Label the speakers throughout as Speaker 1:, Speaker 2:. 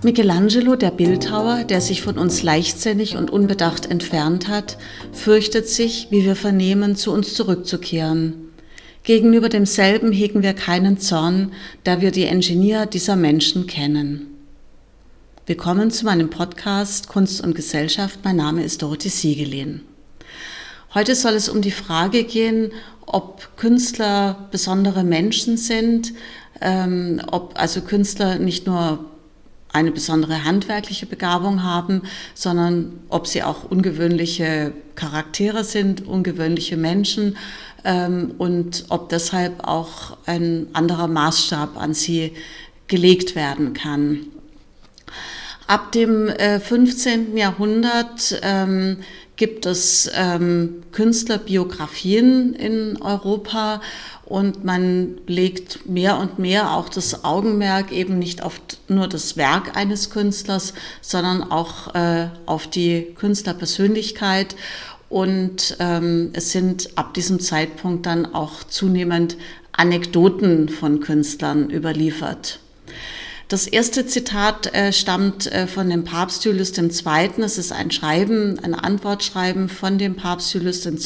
Speaker 1: Michelangelo, der Bildhauer, der sich von uns leichtsinnig und unbedacht entfernt hat, fürchtet sich, wie wir vernehmen, zu uns zurückzukehren. Gegenüber demselben hegen wir keinen Zorn, da wir die Ingenieur dieser Menschen kennen. Willkommen zu meinem Podcast Kunst und Gesellschaft. Mein Name ist Dorothee Siegelin. Heute soll es um die Frage gehen, ob Künstler besondere Menschen sind, ob also Künstler nicht nur eine besondere handwerkliche Begabung haben, sondern ob sie auch ungewöhnliche Charaktere sind, ungewöhnliche Menschen und ob deshalb auch ein anderer Maßstab an sie gelegt werden kann. Ab dem 15. Jahrhundert gibt es Künstlerbiografien in Europa und man legt mehr und mehr auch das Augenmerk eben nicht auf nur das Werk eines Künstlers, sondern auch auf die Künstlerpersönlichkeit. Und es sind ab diesem Zeitpunkt dann auch zunehmend Anekdoten von Künstlern überliefert. Das erste Zitat stammt von dem Papst Julius II. Es ist ein Antwortschreiben von dem Papst Julius II.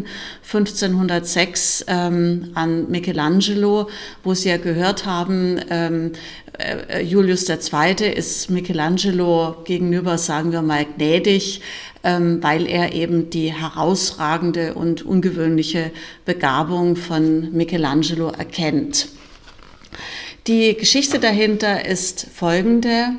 Speaker 1: 1506 an Michelangelo, wo Sie ja gehört haben, Julius II. Ist Michelangelo gegenüber, sagen wir mal, gnädig, weil er eben die herausragende und ungewöhnliche Begabung von Michelangelo erkennt. Die Geschichte dahinter ist folgende.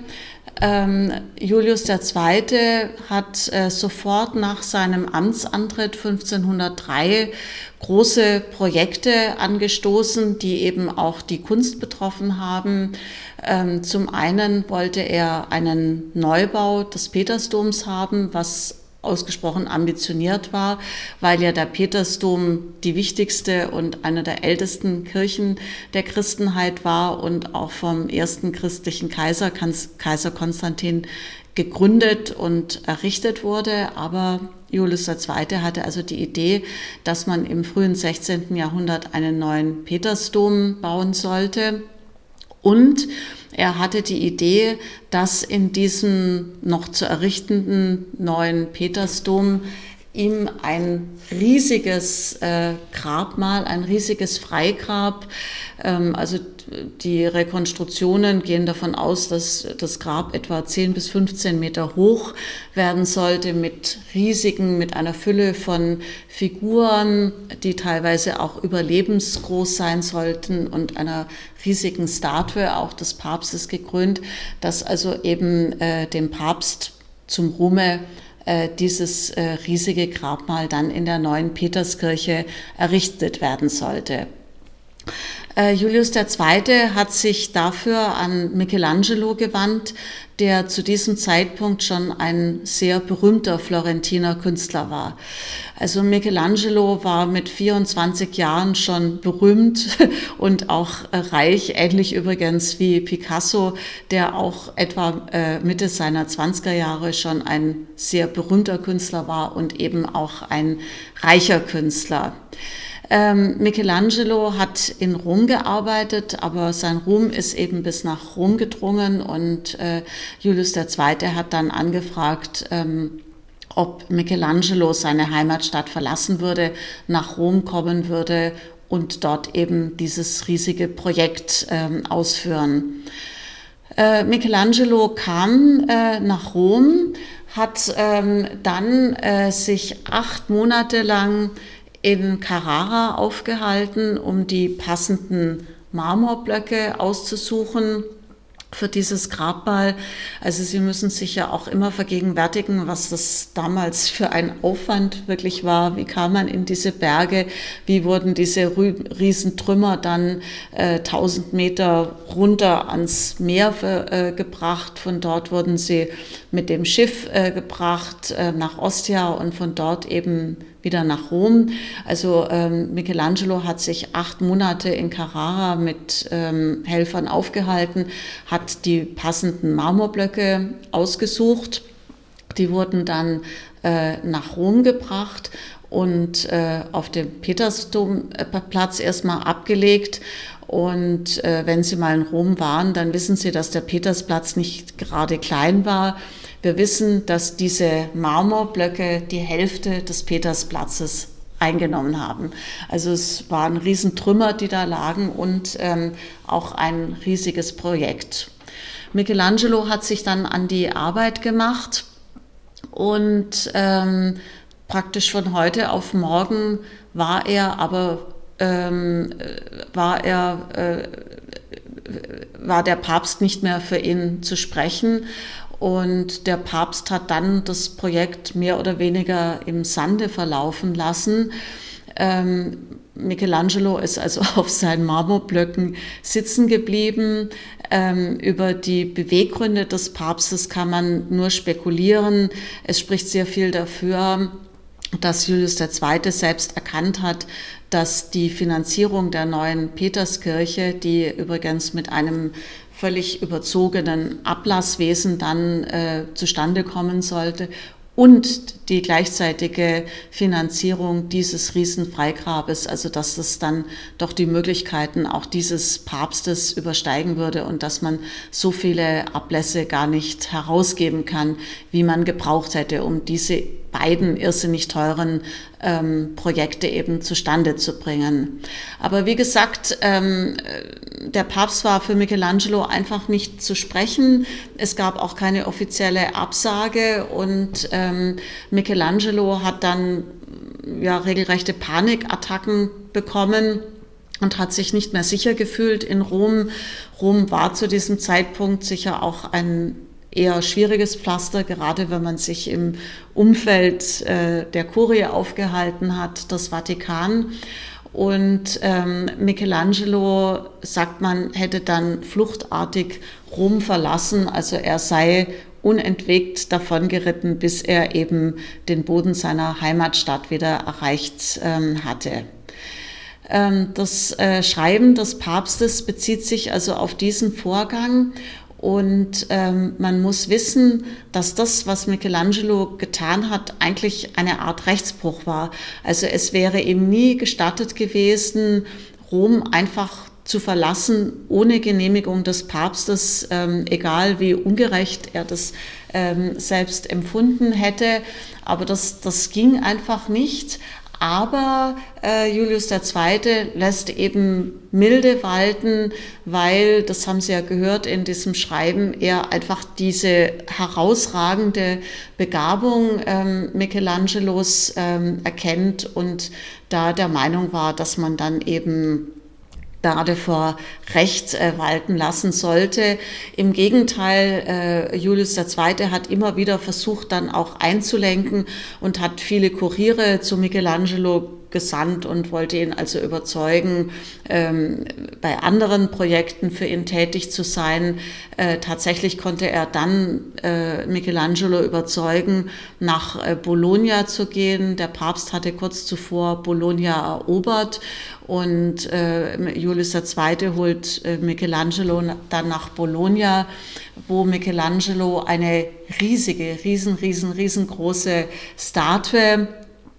Speaker 1: Julius II. Hat sofort nach seinem Amtsantritt 1503 große Projekte angestoßen, die eben auch die Kunst betroffen haben. Zum einen wollte er einen Neubau des Petersdoms haben, was ausgesprochen ambitioniert war, weil ja der Petersdom die wichtigste und eine der ältesten Kirchen der Christenheit war und auch vom ersten christlichen Kaiser Konstantin, gegründet und errichtet wurde. Aber Julius II. Hatte also die Idee, dass man im frühen 16. Jahrhundert einen neuen Petersdom bauen sollte. Und er hatte die Idee, dass in diesem noch zu errichtenden neuen Petersdom ihm ein riesiges Grabmal, ein riesiges Freigrab, also die Rekonstruktionen gehen davon aus, dass das Grab etwa 10 bis 15 Meter hoch werden sollte, mit einer Fülle von Figuren, die teilweise auch überlebensgroß sein sollten und einer riesigen Statue auch des Papstes gekrönt, dass also eben dem Papst zum Ruhme dieses riesige Grabmal dann in der neuen Peterskirche errichtet werden sollte. Julius II. Hat sich dafür an Michelangelo gewandt, der zu diesem Zeitpunkt schon ein sehr berühmter florentiner Künstler war. Also Michelangelo war mit 24 Jahren schon berühmt und auch reich, ähnlich übrigens wie Picasso, der auch etwa Mitte seiner 20er Jahre schon ein sehr berühmter Künstler war und eben auch ein reicher Künstler. Michelangelo hat in Rom gearbeitet, aber sein Ruhm ist eben bis nach Rom gedrungen und Julius II. Hat dann angefragt, ob Michelangelo seine Heimatstadt verlassen würde, nach Rom kommen würde und dort eben dieses riesige Projekt ausführen. Michelangelo kam nach Rom, hat dann sich 8 Monate lang in Carrara aufgehalten, um die passenden Marmorblöcke auszusuchen für dieses Grabmal. Also Sie müssen sich ja auch immer vergegenwärtigen, was das damals für ein Aufwand wirklich war. Wie kam man in diese Berge? Wie wurden diese Riesentrümmer dann 1000 Meter runter ans Meer gebracht? Von dort wurden sie mit dem Schiff gebracht nach Ostia und von dort eben wieder nach Rom. Also Michelangelo hat sich 8 Monate in Carrara mit Helfern aufgehalten, hat die passenden Marmorblöcke ausgesucht. Die wurden dann nach Rom gebracht und auf dem Petersdomplatz erstmal abgelegt. Und wenn Sie mal in Rom waren, dann wissen Sie, dass der Petersplatz nicht gerade klein war. Wir wissen, dass diese Marmorblöcke die Hälfte des Petersplatzes eingenommen haben. Also es waren Riesentrümmer, die da lagen und auch ein riesiges Projekt. Michelangelo hat sich dann an die Arbeit gemacht und praktisch von heute auf morgen war der Papst nicht mehr für ihn zu sprechen. Und der Papst hat dann das Projekt mehr oder weniger im Sande verlaufen lassen. Michelangelo ist also auf seinen Marmorblöcken sitzen geblieben. Über die Beweggründe des Papstes kann man nur spekulieren. Es spricht sehr viel dafür, dass Julius II. Selbst erkannt hat, dass die Finanzierung der neuen Peterskirche, die übrigens mit einem völlig überzogenen Ablasswesen dann zustande kommen sollte, und die gleichzeitige Finanzierung dieses Riesenfreigrabes, also dass das dann doch die Möglichkeiten auch dieses Papstes übersteigen würde und dass man so viele Ablässe gar nicht herausgeben kann, wie man gebraucht hätte, um diese beiden irrsinnig teuren Projekte eben zustande zu bringen. Aber wie gesagt, der Papst war für Michelangelo einfach nicht zu sprechen. Es gab auch keine offizielle Absage und Michelangelo hat dann regelrechte Panikattacken bekommen und hat sich nicht mehr sicher gefühlt in Rom. Rom war zu diesem Zeitpunkt sicher auch ein eher schwieriges Pflaster, gerade wenn man sich im Umfeld der Kurie aufgehalten hat, das Vatikan. Und Michelangelo, sagt man, hätte dann fluchtartig Rom verlassen, also er sei unentwegt davongeritten, bis er eben den Boden seiner Heimatstadt wieder erreicht hatte. Das Schreiben des Papstes bezieht sich also auf diesen Vorgang. Und man muss wissen, dass das, was Michelangelo getan hat, eigentlich eine Art Rechtsbruch war. Also es wäre ihm nie gestattet gewesen, Rom einfach zu verlassen ohne Genehmigung des Papstes, egal wie ungerecht er das selbst empfunden hätte. Aber das ging einfach nicht. Aber Julius II. Lässt eben Milde walten, weil, das haben Sie ja gehört in diesem Schreiben, er einfach diese herausragende Begabung Michelangelos erkennt und da der Meinung war, dass man dann eben Gnade vor Recht walten lassen sollte. Im Gegenteil, Julius II. Hat immer wieder versucht, dann auch einzulenken und hat viele Kuriere zu Michelangelo gesandt und wollte ihn also überzeugen, bei anderen Projekten für ihn tätig zu sein. Tatsächlich konnte er dann Michelangelo überzeugen, nach Bologna zu gehen. Der Papst hatte kurz zuvor Bologna erobert und Julius II. Holt Michelangelo dann nach Bologna, wo Michelangelo eine riesengroße Statue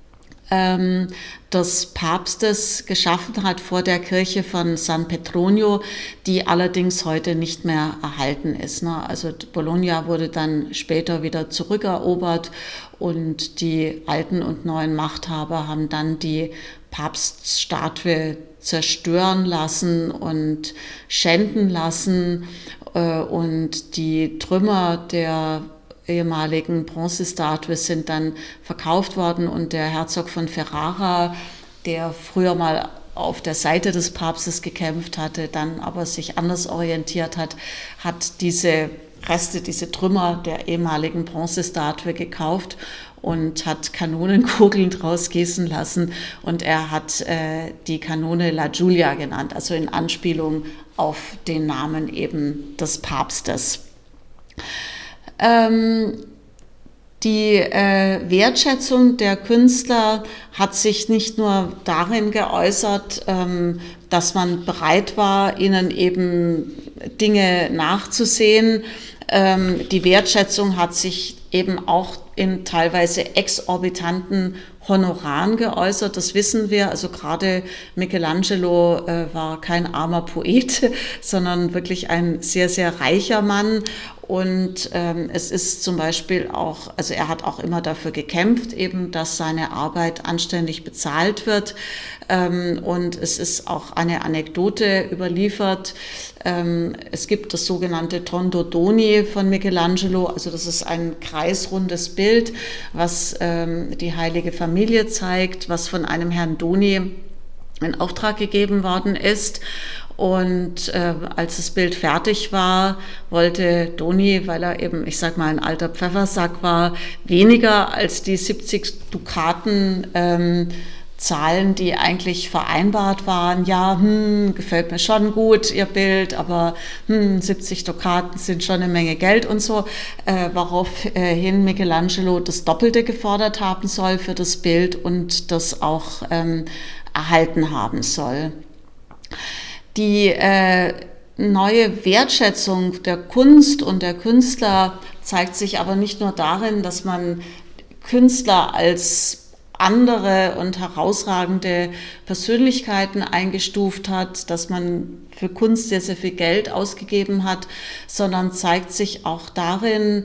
Speaker 1: des Papstes geschaffen hat vor der Kirche von San Petronio, die allerdings heute nicht mehr erhalten ist. Also Bologna wurde dann später wieder zurückerobert und die alten und neuen Machthaber haben dann die Papststatue zerstören lassen und schänden lassen und die Trümmer der ehemaligen Bronzestatue sind dann verkauft worden und der Herzog von Ferrara, der früher mal auf der Seite des Papstes gekämpft hatte, dann aber sich anders orientiert hat, hat diese Reste, diese Trümmer der ehemaligen Bronzestatue gekauft und hat Kanonenkugeln draus gießen lassen und er hat die Kanone La Giulia genannt, also in Anspielung auf den Namen eben des Papstes. Die Wertschätzung der Künstler hat sich nicht nur darin geäußert, dass man bereit war, ihnen eben Dinge nachzusehen. Die Wertschätzung hat sich eben auch in teilweise exorbitanten Honoraren geäußert, das wissen wir. Also gerade Michelangelo war kein armer Poet, sondern wirklich ein sehr, sehr reicher Mann. Und es ist zum Beispiel auch, also er hat auch immer dafür gekämpft, eben, dass seine Arbeit anständig bezahlt wird. Und es ist auch eine Anekdote überliefert. Es gibt das sogenannte Tondo Doni von Michelangelo, also das ist ein kreisrundes Bild, was die Heilige Familie zeigt, was von einem Herrn Doni in Auftrag gegeben worden ist. Und als das Bild fertig war, wollte Doni, weil er eben, ich sag mal, ein alter Pfeffersack war, weniger als die 70 Dukaten Zahlen, die eigentlich vereinbart waren. Ja, gefällt mir schon gut, Ihr Bild, aber 70 Dukaten sind schon eine Menge Geld und so, woraufhin Michelangelo das Doppelte gefordert haben soll für das Bild und das auch erhalten haben soll. Die neue Wertschätzung der Kunst und der Künstler zeigt sich aber nicht nur darin, dass man Künstler als andere und herausragende Persönlichkeiten eingestuft hat, dass man für Kunst sehr, sehr viel Geld ausgegeben hat, sondern zeigt sich auch darin,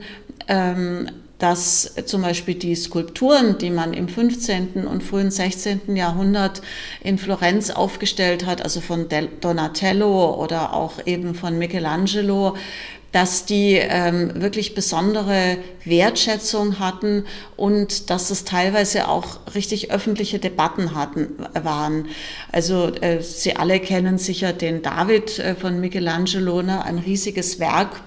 Speaker 1: dass zum Beispiel die Skulpturen, die man im 15. und frühen 16. Jahrhundert in Florenz aufgestellt hat, also von Donatello oder auch eben von Michelangelo, dass die wirklich besondere Wertschätzung hatten und dass es teilweise auch richtig öffentliche Debatten waren. Also Sie alle kennen sicher den David von Michelangelo, ne? Ein riesiges Werk,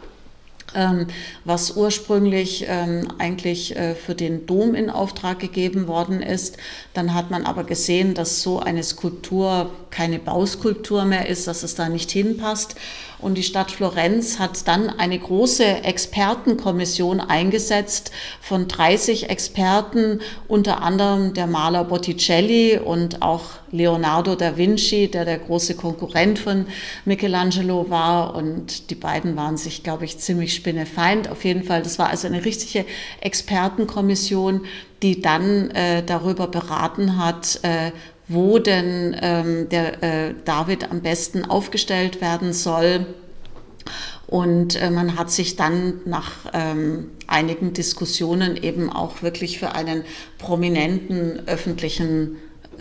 Speaker 1: was ursprünglich eigentlich für den Dom in Auftrag gegeben worden ist. Dann hat man aber gesehen, dass so eine Skulptur keine Bauskulptur mehr ist, dass es da nicht hinpasst. Und die Stadt Florenz hat dann eine große Expertenkommission eingesetzt von 30 Experten, unter anderem der Maler Botticelli und auch Leonardo da Vinci, der große Konkurrent von Michelangelo war. Und die beiden waren sich, glaube ich, ziemlich spinnefeind. Auf jeden Fall, das war also eine richtige Expertenkommission, die dann darüber beraten hat, wo denn der David am besten aufgestellt werden soll. Und man hat sich dann nach einigen Diskussionen eben auch wirklich für einen prominenten öffentlichen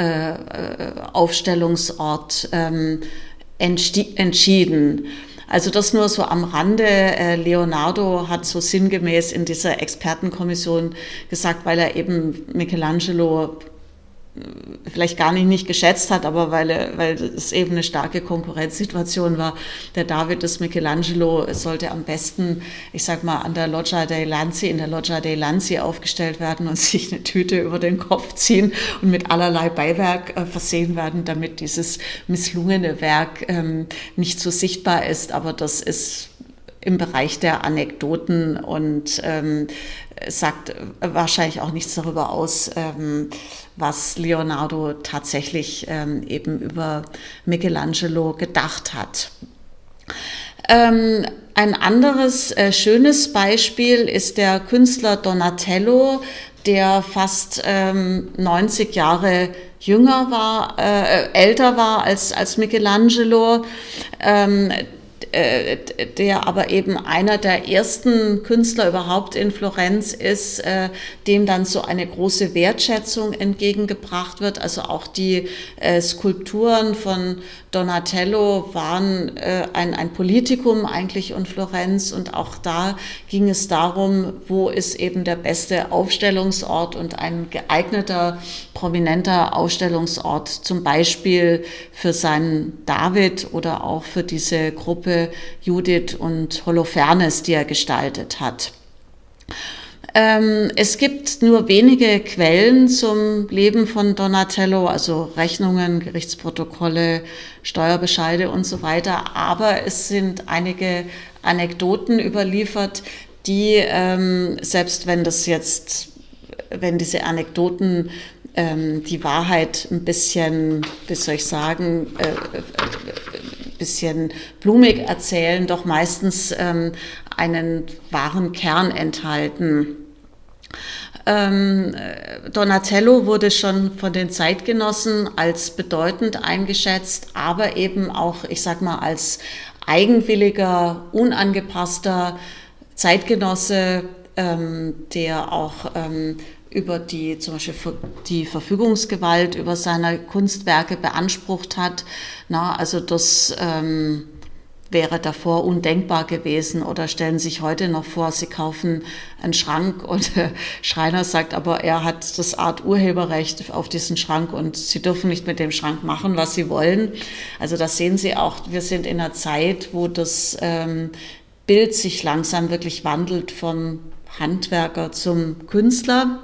Speaker 1: Aufstellungsort entschieden. Also das nur so am Rande. Leonardo hat so sinngemäß in dieser Expertenkommission gesagt, weil er eben Michelangelo vielleicht gar nicht geschätzt hat, aber weil es eben eine starke Konkurrenzsituation war. Der David des Michelangelo sollte am besten, ich sag mal, in der Loggia dei Lanzi aufgestellt werden und sich eine Tüte über den Kopf ziehen und mit allerlei Beiwerk versehen werden, damit dieses misslungene Werk nicht so sichtbar ist. Aber das ist im Bereich der Anekdoten und sagt wahrscheinlich auch nichts darüber aus, was Leonardo tatsächlich eben über Michelangelo gedacht hat. Ein anderes schönes Beispiel ist der Künstler Donatello, der fast 90 Jahre älter war als Michelangelo, der aber eben einer der ersten Künstler überhaupt in Florenz ist, dem dann so eine große Wertschätzung entgegengebracht wird. Also auch die Skulpturen von Donatello waren ein Politikum eigentlich in Florenz, und auch da ging es darum, wo ist eben der beste Aufstellungsort und ein geeigneter, prominenter Ausstellungsort, zum Beispiel für seinen David oder auch für diese Gruppe Judith und Holofernes, die er gestaltet hat. Es gibt nur wenige Quellen zum Leben von Donatello, also Rechnungen, Gerichtsprotokolle, Steuerbescheide und so weiter, aber es sind einige Anekdoten überliefert, die, selbst wenn diese Anekdoten die Wahrheit ein bisschen, wie soll ich sagen, bisschen blumig erzählen, doch meistens einen wahren Kern enthalten. Donatello wurde schon von den Zeitgenossen als bedeutend eingeschätzt, aber eben auch, ich sag mal, als eigenwilliger, unangepasster Zeitgenosse, der auch über zum Beispiel die Verfügungsgewalt über seine Kunstwerke beansprucht hat. Also das wäre davor undenkbar gewesen. Oder stellen sich heute noch vor, sie kaufen einen Schrank und der Schreiner sagt, aber er hat das Art Urheberrecht auf diesen Schrank und sie dürfen nicht mit dem Schrank machen, was sie wollen. Also das sehen Sie auch, wir sind in einer Zeit, wo das Bild sich langsam wirklich wandelt vom Handwerker zum Künstler.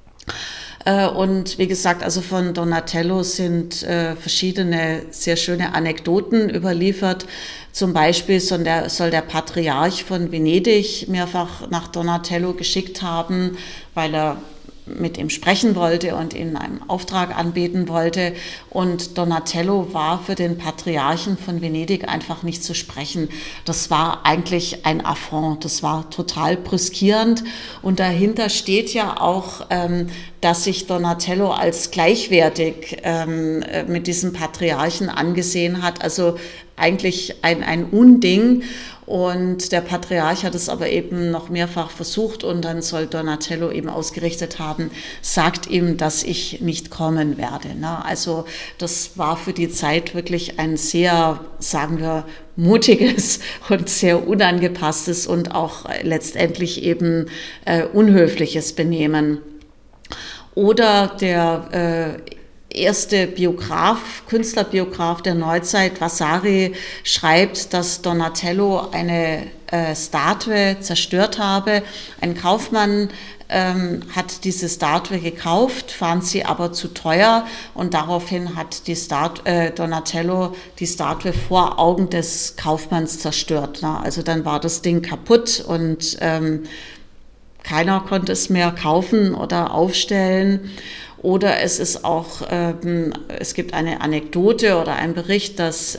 Speaker 1: Und wie gesagt, also von Donatello sind verschiedene sehr schöne Anekdoten überliefert. Zum Beispiel soll der Patriarch von Venedig mehrfach nach Donatello geschickt haben, weil er mit ihm sprechen wollte und ihm einen Auftrag anbieten wollte. Und Donatello war für den Patriarchen von Venedig einfach nicht zu sprechen. Das war eigentlich ein Affront, das war total brüskierend. Und dahinter steht ja auch, dass sich Donatello als gleichwertig mit diesem Patriarchen angesehen hat. Also eigentlich ein Unding. Und der Patriarch hat es aber eben noch mehrfach versucht und dann soll Donatello eben ausgerichtet haben, sagt ihm, dass ich nicht kommen werde. Also das war für die Zeit wirklich ein sehr, sagen wir, mutiges und sehr unangepasstes und auch letztendlich eben unhöfliches Benehmen. Oder der erste Künstlerbiograf der Neuzeit, Vasari, schreibt, dass Donatello eine Statue zerstört habe. Ein Kaufmann hat diese Statue gekauft, fand sie aber zu teuer und daraufhin hat Donatello die Statue vor Augen des Kaufmanns zerstört. Also dann war das Ding kaputt und keiner konnte es mehr kaufen oder aufstellen. Oder es ist auch, es gibt eine Anekdote oder einen Bericht, dass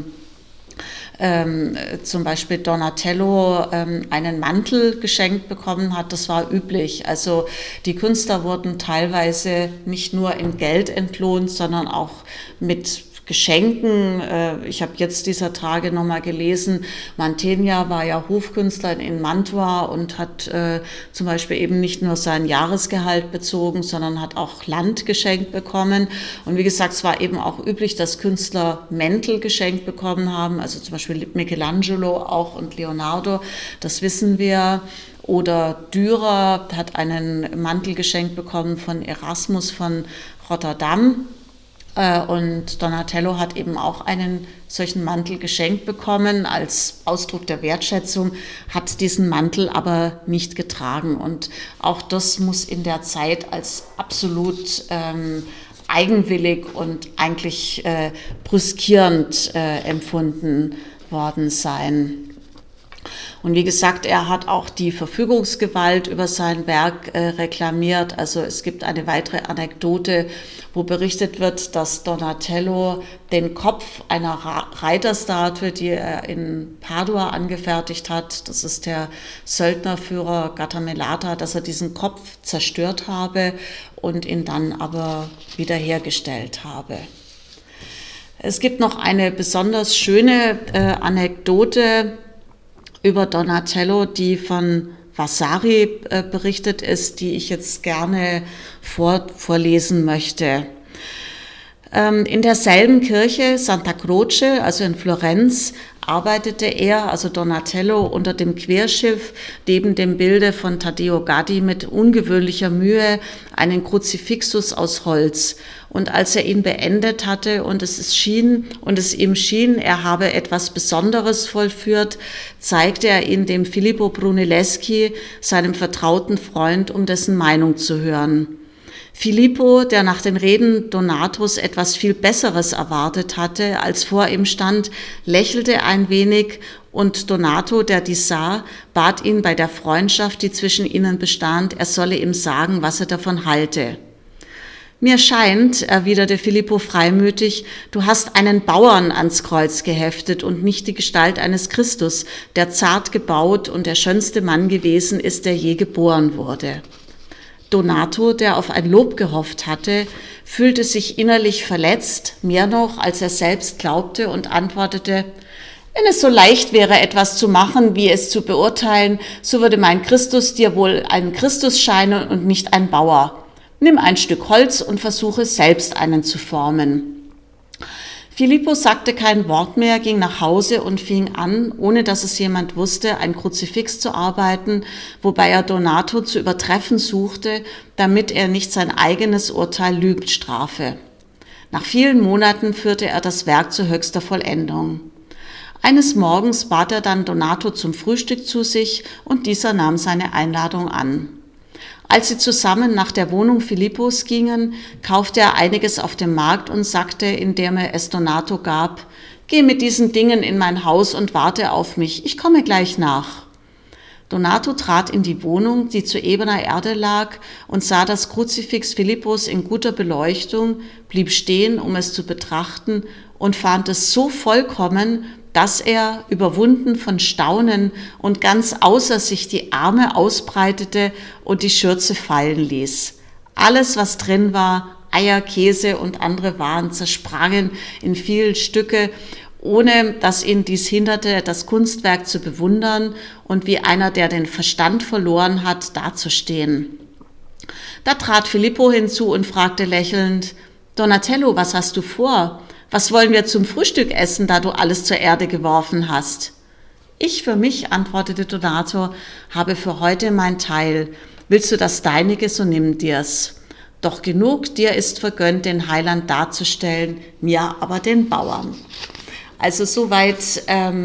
Speaker 1: zum Beispiel Donatello einen Mantel geschenkt bekommen hat. Das war üblich. Also die Künstler wurden teilweise nicht nur in Geld entlohnt, sondern auch mit Geschenken. Ich habe jetzt dieser Tage nochmal gelesen, Mantegna war ja Hofkünstler in Mantua und hat zum Beispiel eben nicht nur sein Jahresgehalt bezogen, sondern hat auch Land geschenkt bekommen. Und wie gesagt, es war eben auch üblich, dass Künstler Mäntel geschenkt bekommen haben, also zum Beispiel Michelangelo auch und Leonardo, das wissen wir. Oder Dürer hat einen Mantel geschenkt bekommen von Erasmus von Rotterdam. Und Donatello hat eben auch einen solchen Mantel geschenkt bekommen als Ausdruck der Wertschätzung, hat diesen Mantel aber nicht getragen. Und auch das muss in der Zeit als absolut eigenwillig und eigentlich brüskierend empfunden worden sein. Und wie gesagt, er hat auch die Verfügungsgewalt über sein Werk reklamiert. Also es gibt eine weitere Anekdote, wo berichtet wird, dass Donatello den Kopf einer Reiterstatue, die er in Padua angefertigt hat, das ist der Söldnerführer Gattamelata, dass er diesen Kopf zerstört habe und ihn dann aber wiederhergestellt habe. Es gibt noch eine besonders schöne Anekdote über Donatello, die von Vasari berichtet ist, die ich jetzt gerne vorlesen möchte. In derselben Kirche Santa Croce, also in Florenz, arbeitete er, also Donatello, unter dem Querschiff neben dem Bilde von Taddeo Gaddi mit ungewöhnlicher Mühe einen Kruzifixus aus Holz. Und als er ihn beendet hatte und es ihm schien, er habe etwas Besonderes vollführt, zeigte er ihn dem Filippo Brunelleschi, seinem vertrauten Freund, um dessen Meinung zu hören. Filippo, der nach den Reden Donatos etwas viel Besseres erwartet hatte, als vor ihm stand, lächelte ein wenig und Donato, der dies sah, bat ihn bei der Freundschaft, die zwischen ihnen bestand, er solle ihm sagen, was er davon halte. Mir scheint, erwiderte Filippo freimütig, du hast einen Bauern ans Kreuz geheftet und nicht die Gestalt eines Christus, der zart gebaut und der schönste Mann gewesen ist, der je geboren wurde. Donato, der auf ein Lob gehofft hatte, fühlte sich innerlich verletzt, mehr noch, als er selbst glaubte, und antwortete: Wenn es so leicht wäre, etwas zu machen, wie es zu beurteilen, so würde mein Christus dir wohl ein Christus scheinen und nicht ein Bauer. Nimm ein Stück Holz und versuche selbst einen zu formen. Philippus sagte kein Wort mehr, ging nach Hause und fing an, ohne dass es jemand wusste, ein Kruzifix zu arbeiten, wobei er Donato zu übertreffen suchte, damit er nicht sein eigenes Urteil lügend strafe. Nach vielen Monaten führte er das Werk zu höchster Vollendung. Eines Morgens bat er dann Donato zum Frühstück zu sich und dieser nahm seine Einladung an. Als sie zusammen nach der Wohnung Philippos gingen, kaufte er einiges auf dem Markt und sagte, indem er es Donato gab: Geh mit diesen Dingen in mein Haus und warte auf mich, ich komme gleich nach. Donato trat in die Wohnung, die zu ebener Erde lag, und sah das Kruzifix Philippos in guter Beleuchtung, blieb stehen, um es zu betrachten, und fand es so vollkommen, dass er, überwunden von Staunen und ganz außer sich, die Arme ausbreitete und die Schürze fallen ließ. Alles, was drin war, Eier, Käse und andere Waren, zersprangen in viele Stücke, ohne dass ihn dies hinderte, das Kunstwerk zu bewundern und wie einer, der den Verstand verloren hat, dazustehen. Da trat Filippo hinzu und fragte lächelnd: Donatello, was hast du vor? Was wollen wir zum Frühstück essen, da du alles zur Erde geworfen hast? Ich für mich, antwortete Donato, habe für heute mein Teil. Willst du das Deinige, so nimm dir's. Doch genug dir ist vergönnt, den Heiland darzustellen, mir aber den Bauern. Also soweit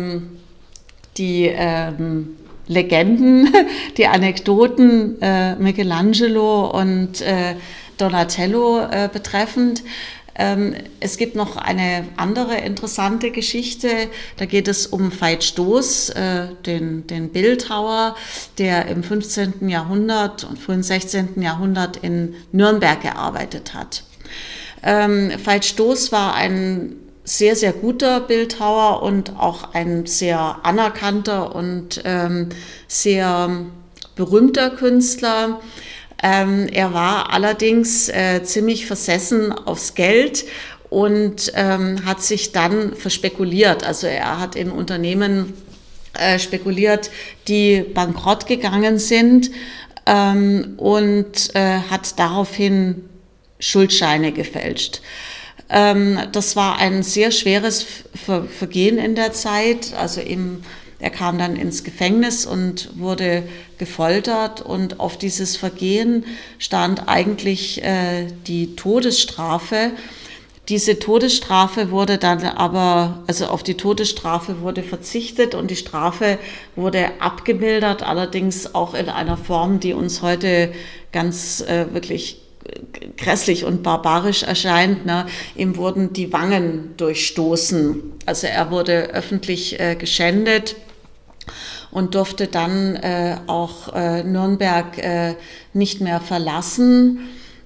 Speaker 1: die Legenden, die Anekdoten Michelangelo und Donatello betreffend. Es gibt noch eine andere interessante Geschichte, da geht es um Veit Stoß, den Bildhauer, der im 15. Jahrhundert und frühen 16. Jahrhundert in Nürnberg gearbeitet hat. Veit Stoß war ein sehr, sehr guter Bildhauer und auch ein sehr anerkannter und sehr berühmter Künstler. Er war allerdings ziemlich versessen aufs Geld und hat sich dann verspekuliert. Also er hat in Unternehmen spekuliert, die bankrott gegangen sind und hat daraufhin Schuldscheine gefälscht. Das war ein sehr schweres Vergehen in der Zeit, also er kam dann ins Gefängnis und wurde gefoltert und auf dieses Vergehen stand eigentlich die Todesstrafe. Diese Todesstrafe wurde dann aber, also auf die Todesstrafe wurde verzichtet und die Strafe wurde abgemildert, allerdings auch in einer Form, die uns heute ganz wirklich grässlich und barbarisch erscheint. Ne? Ihm wurden die Wangen durchstoßen. Also er wurde öffentlich geschändet und durfte dann auch Nürnberg nicht mehr verlassen.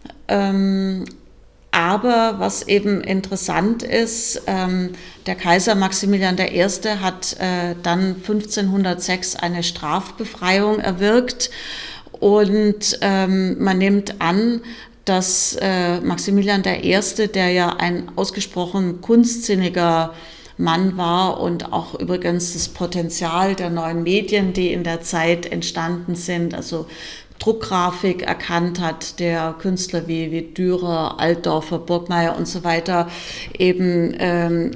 Speaker 1: Aber was eben interessant ist, der Kaiser Maximilian I. hat dann 1506 eine Strafbefreiung erwirkt und man nimmt an, dass Maximilian I., der ja ein ausgesprochen kunstsinniger Mann war und auch übrigens das Potenzial der neuen Medien, die in der Zeit entstanden sind, also Druckgrafik erkannt hat, der Künstler wie Dürer, Altdorfer, Burgmeier und so weiter eben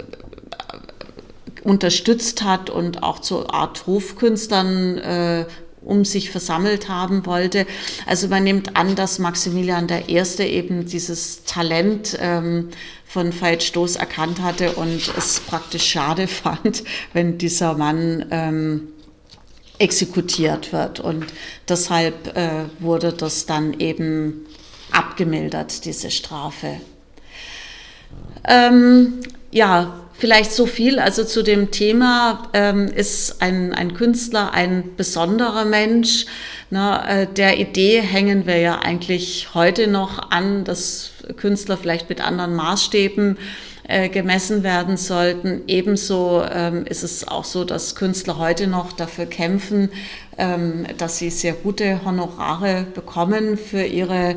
Speaker 1: unterstützt hat und auch zur Art Hofkünstlern um sich versammelt haben wollte. Also man nimmt an, dass Maximilian I. eben dieses Talent von Veit Stoß erkannt hatte und es praktisch schade fand, wenn dieser Mann exekutiert wird. Und deshalb wurde das dann eben abgemildert, diese Strafe. Ja, vielleicht so viel, also zu dem Thema ist ein Künstler ein besonderer Mensch. Ne, der Idee hängen wir ja eigentlich heute noch an, dass Künstler vielleicht mit anderen Maßstäben gemessen werden sollten. Ebenso ist es auch so, dass Künstler heute noch dafür kämpfen, dass sie sehr gute Honorare bekommen für ihre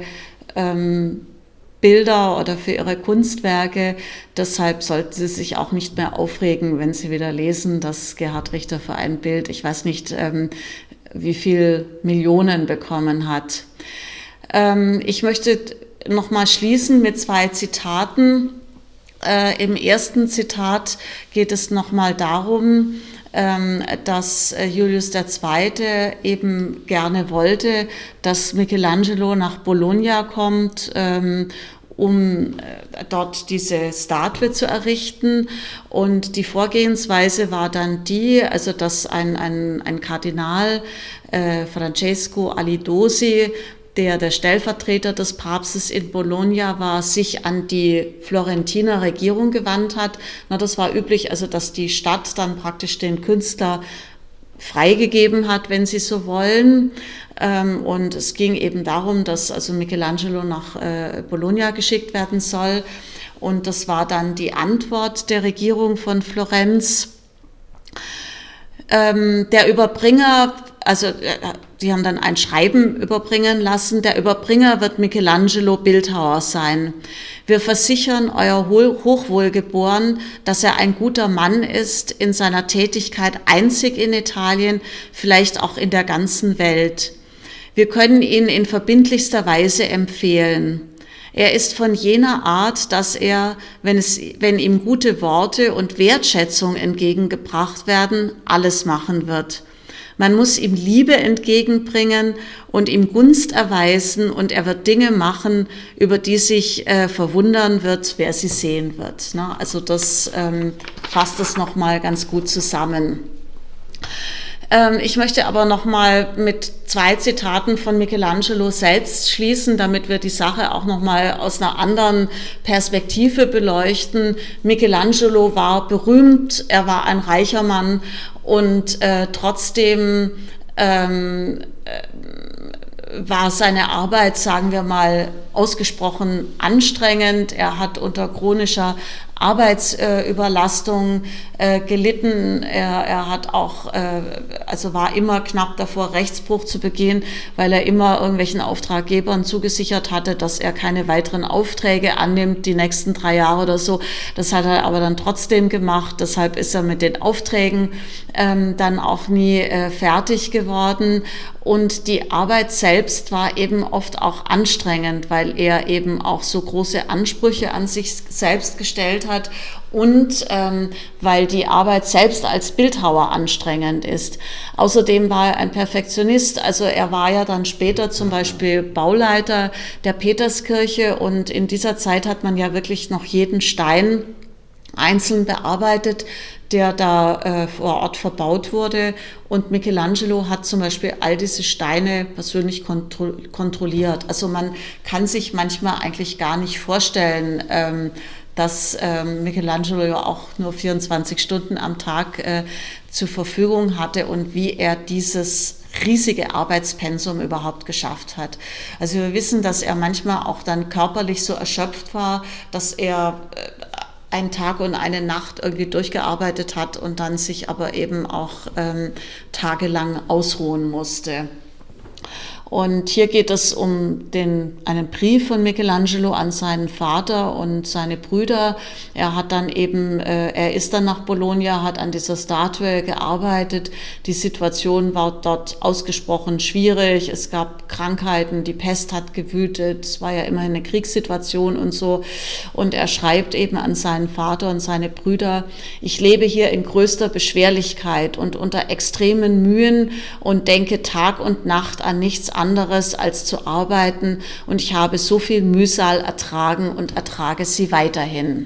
Speaker 1: Bilder oder für ihre Kunstwerke. Deshalb sollten Sie sich auch nicht mehr aufregen, wenn Sie wieder lesen, dass Gerhard Richter für ein Bild, ich weiß nicht, wie viel Millionen bekommen hat. Ich möchte nochmal schließen mit 2 Zitaten. Im ersten Zitat geht es nochmal darum, dass Julius II. Eben gerne wollte, dass Michelangelo nach Bologna kommt, um dort diese Statue zu errichten. Und die Vorgehensweise war dann die, also dass ein Kardinal, Francesco Alidosi, der Stellvertreter des Papstes in Bologna war, sich an die Florentiner Regierung gewandt hat. Na, das war üblich, also dass die Stadt dann praktisch den Künstler freigegeben hat, wenn sie so wollen. Und es ging eben darum, dass also Michelangelo nach Bologna geschickt werden soll. Und das war dann die Antwort der Regierung von Florenz. Der Überbringer, also die haben dann ein Schreiben überbringen lassen. Der Überbringer wird Michelangelo Bildhauer sein. Wir versichern Euer Hochwohlgeboren, dass er ein guter Mann ist, in seiner Tätigkeit einzig in Italien, vielleicht auch in der ganzen Welt. Wir können ihn in verbindlichster Weise empfehlen. Er ist von jener Art, dass er, wenn ihm gute Worte und Wertschätzung entgegengebracht werden, alles machen wird. Man muss ihm Liebe entgegenbringen und ihm Gunst erweisen und er wird Dinge machen, über die sich verwundern wird, wer sie sehen wird. Also das fasst es nochmal ganz gut zusammen. Ich möchte aber nochmal mit 2 Zitaten von Michelangelo selbst schließen, damit wir die Sache auch nochmal aus einer anderen Perspektive beleuchten. Michelangelo war berühmt, er war ein reicher Mann und trotzdem war seine Arbeit, sagen wir mal, ausgesprochen anstrengend. Er hat unter chronischer Arbeitsüberlastung gelitten. Er hat auch, also war immer knapp davor, Rechtsbruch zu begehen, weil er immer irgendwelchen Auftraggebern zugesichert hatte, dass er keine weiteren Aufträge annimmt, die nächsten 3 Jahre oder so. Das hat er aber dann trotzdem gemacht. Deshalb ist er mit den Aufträgen dann auch nie fertig geworden. Und die Arbeit selbst war eben oft auch anstrengend, weil er eben auch so große Ansprüche an sich selbst gestellt hat und weil die Arbeit selbst als Bildhauer anstrengend ist. Außerdem war er ein Perfektionist, also er war ja dann später zum Beispiel Bauleiter der Peterskirche und in dieser Zeit hat man ja wirklich noch jeden Stein einzeln bearbeitet, der da vor Ort verbaut wurde. Und Michelangelo hat zum Beispiel all diese Steine persönlich kontrolliert. Also man kann sich manchmal eigentlich gar nicht vorstellen, dass Michelangelo ja auch nur 24 Stunden am Tag zur Verfügung hatte und wie er dieses riesige Arbeitspensum überhaupt geschafft hat. Also wir wissen, dass er manchmal auch dann körperlich so erschöpft war, dass er einen Tag und eine Nacht irgendwie durchgearbeitet hat und dann sich aber eben auch tagelang ausruhen musste. Und hier geht es um einen Brief von Michelangelo an seinen Vater und seine Brüder. Er ist dann nach Bologna, hat an dieser Statue gearbeitet. Die Situation war dort ausgesprochen schwierig. Es gab Krankheiten, die Pest hat gewütet. Es war ja immer eine Kriegssituation und so. Und er schreibt eben an seinen Vater und seine Brüder: Ich lebe hier in größter Beschwerlichkeit und unter extremen Mühen und denke Tag und Nacht an nichts anderes als zu arbeiten und ich habe so viel Mühsal ertragen und ertrage sie weiterhin.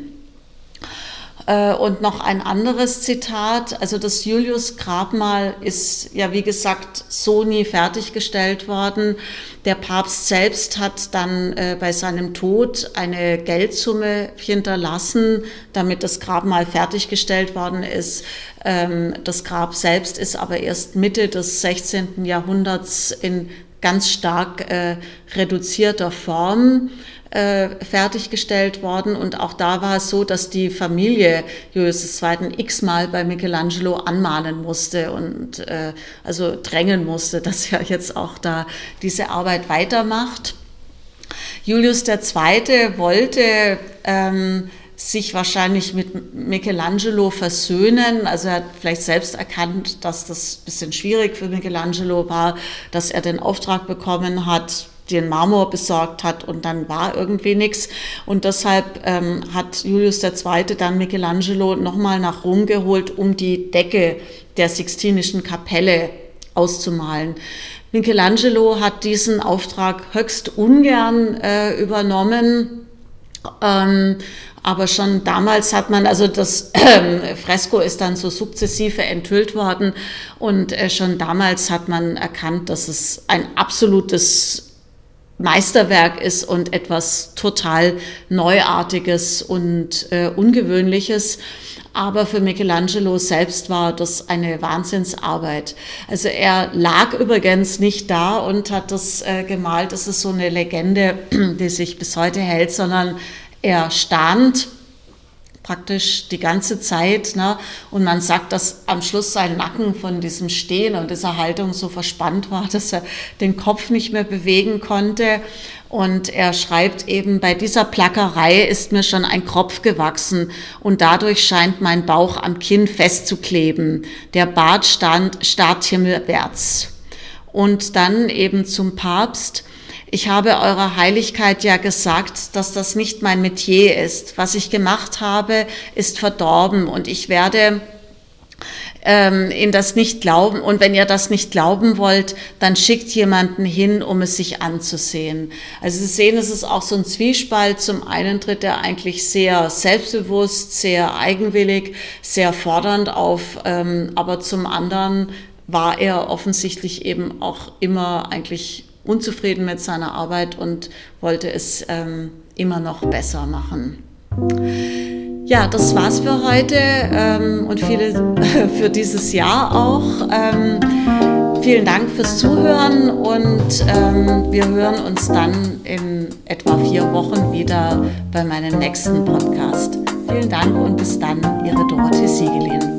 Speaker 1: Und noch ein anderes Zitat, also das Julius-Grabmal ist ja wie gesagt so nie fertiggestellt worden. Der Papst selbst hat dann bei seinem Tod eine Geldsumme hinterlassen, damit das Grabmal fertiggestellt worden ist. Das Grab selbst ist aber erst Mitte des 16. Jahrhunderts in ganz stark reduzierter Form fertiggestellt worden. Und auch da war es so, dass die Familie Julius II. X-mal bei Michelangelo anmahnen musste und also drängen musste, dass er jetzt auch da diese Arbeit weitermacht. Julius II. Wollte sich wahrscheinlich mit Michelangelo versöhnen. Also er hat vielleicht selbst erkannt, dass das ein bisschen schwierig für Michelangelo war, dass er den Auftrag bekommen hat, den Marmor besorgt hat und dann war irgendwie nichts. Und deshalb hat Julius II. Dann Michelangelo nochmal nach Rom geholt, um die Decke der Sixtinischen Kapelle auszumalen. Michelangelo hat diesen Auftrag höchst ungern übernommen. Aber schon damals hat man, also das Fresko ist dann so sukzessive enthüllt worden und schon damals hat man erkannt, dass es ein absolutes Meisterwerk ist und etwas total Neuartiges und Ungewöhnliches. Aber für Michelangelo selbst war das eine Wahnsinnsarbeit. Also er lag übrigens nicht da und hat das gemalt. Das ist so eine Legende, die sich bis heute hält, sondern er stand praktisch die ganze Zeit, ne? Und man sagt, dass am Schluss sein Nacken von diesem Stehen und dieser Haltung so verspannt war, dass er den Kopf nicht mehr bewegen konnte. Und er schreibt eben, bei dieser Plackerei ist mir schon ein Kropf gewachsen und dadurch scheint mein Bauch am Kinn festzukleben. Der Bart starrt himmelwärts. Und dann eben zum Papst: Ich habe Eurer Heiligkeit ja gesagt, dass das nicht mein Metier ist. Was ich gemacht habe, ist verdorben und ich werde in das nicht glauben. Und wenn ihr das nicht glauben wollt, dann schickt jemanden hin, um es sich anzusehen. Also Sie sehen, es ist auch so ein Zwiespalt. Zum einen tritt er eigentlich sehr selbstbewusst, sehr eigenwillig, sehr fordernd auf, aber zum anderen war er offensichtlich eben auch immer eigentlich unzufrieden mit seiner Arbeit und wollte es immer noch besser machen. Ja, das war's für heute und für dieses Jahr auch. Vielen Dank fürs Zuhören und wir hören uns dann in etwa 4 Wochen wieder bei meinem nächsten Podcast. Vielen Dank und bis dann, Ihre Dorothee Siegelin.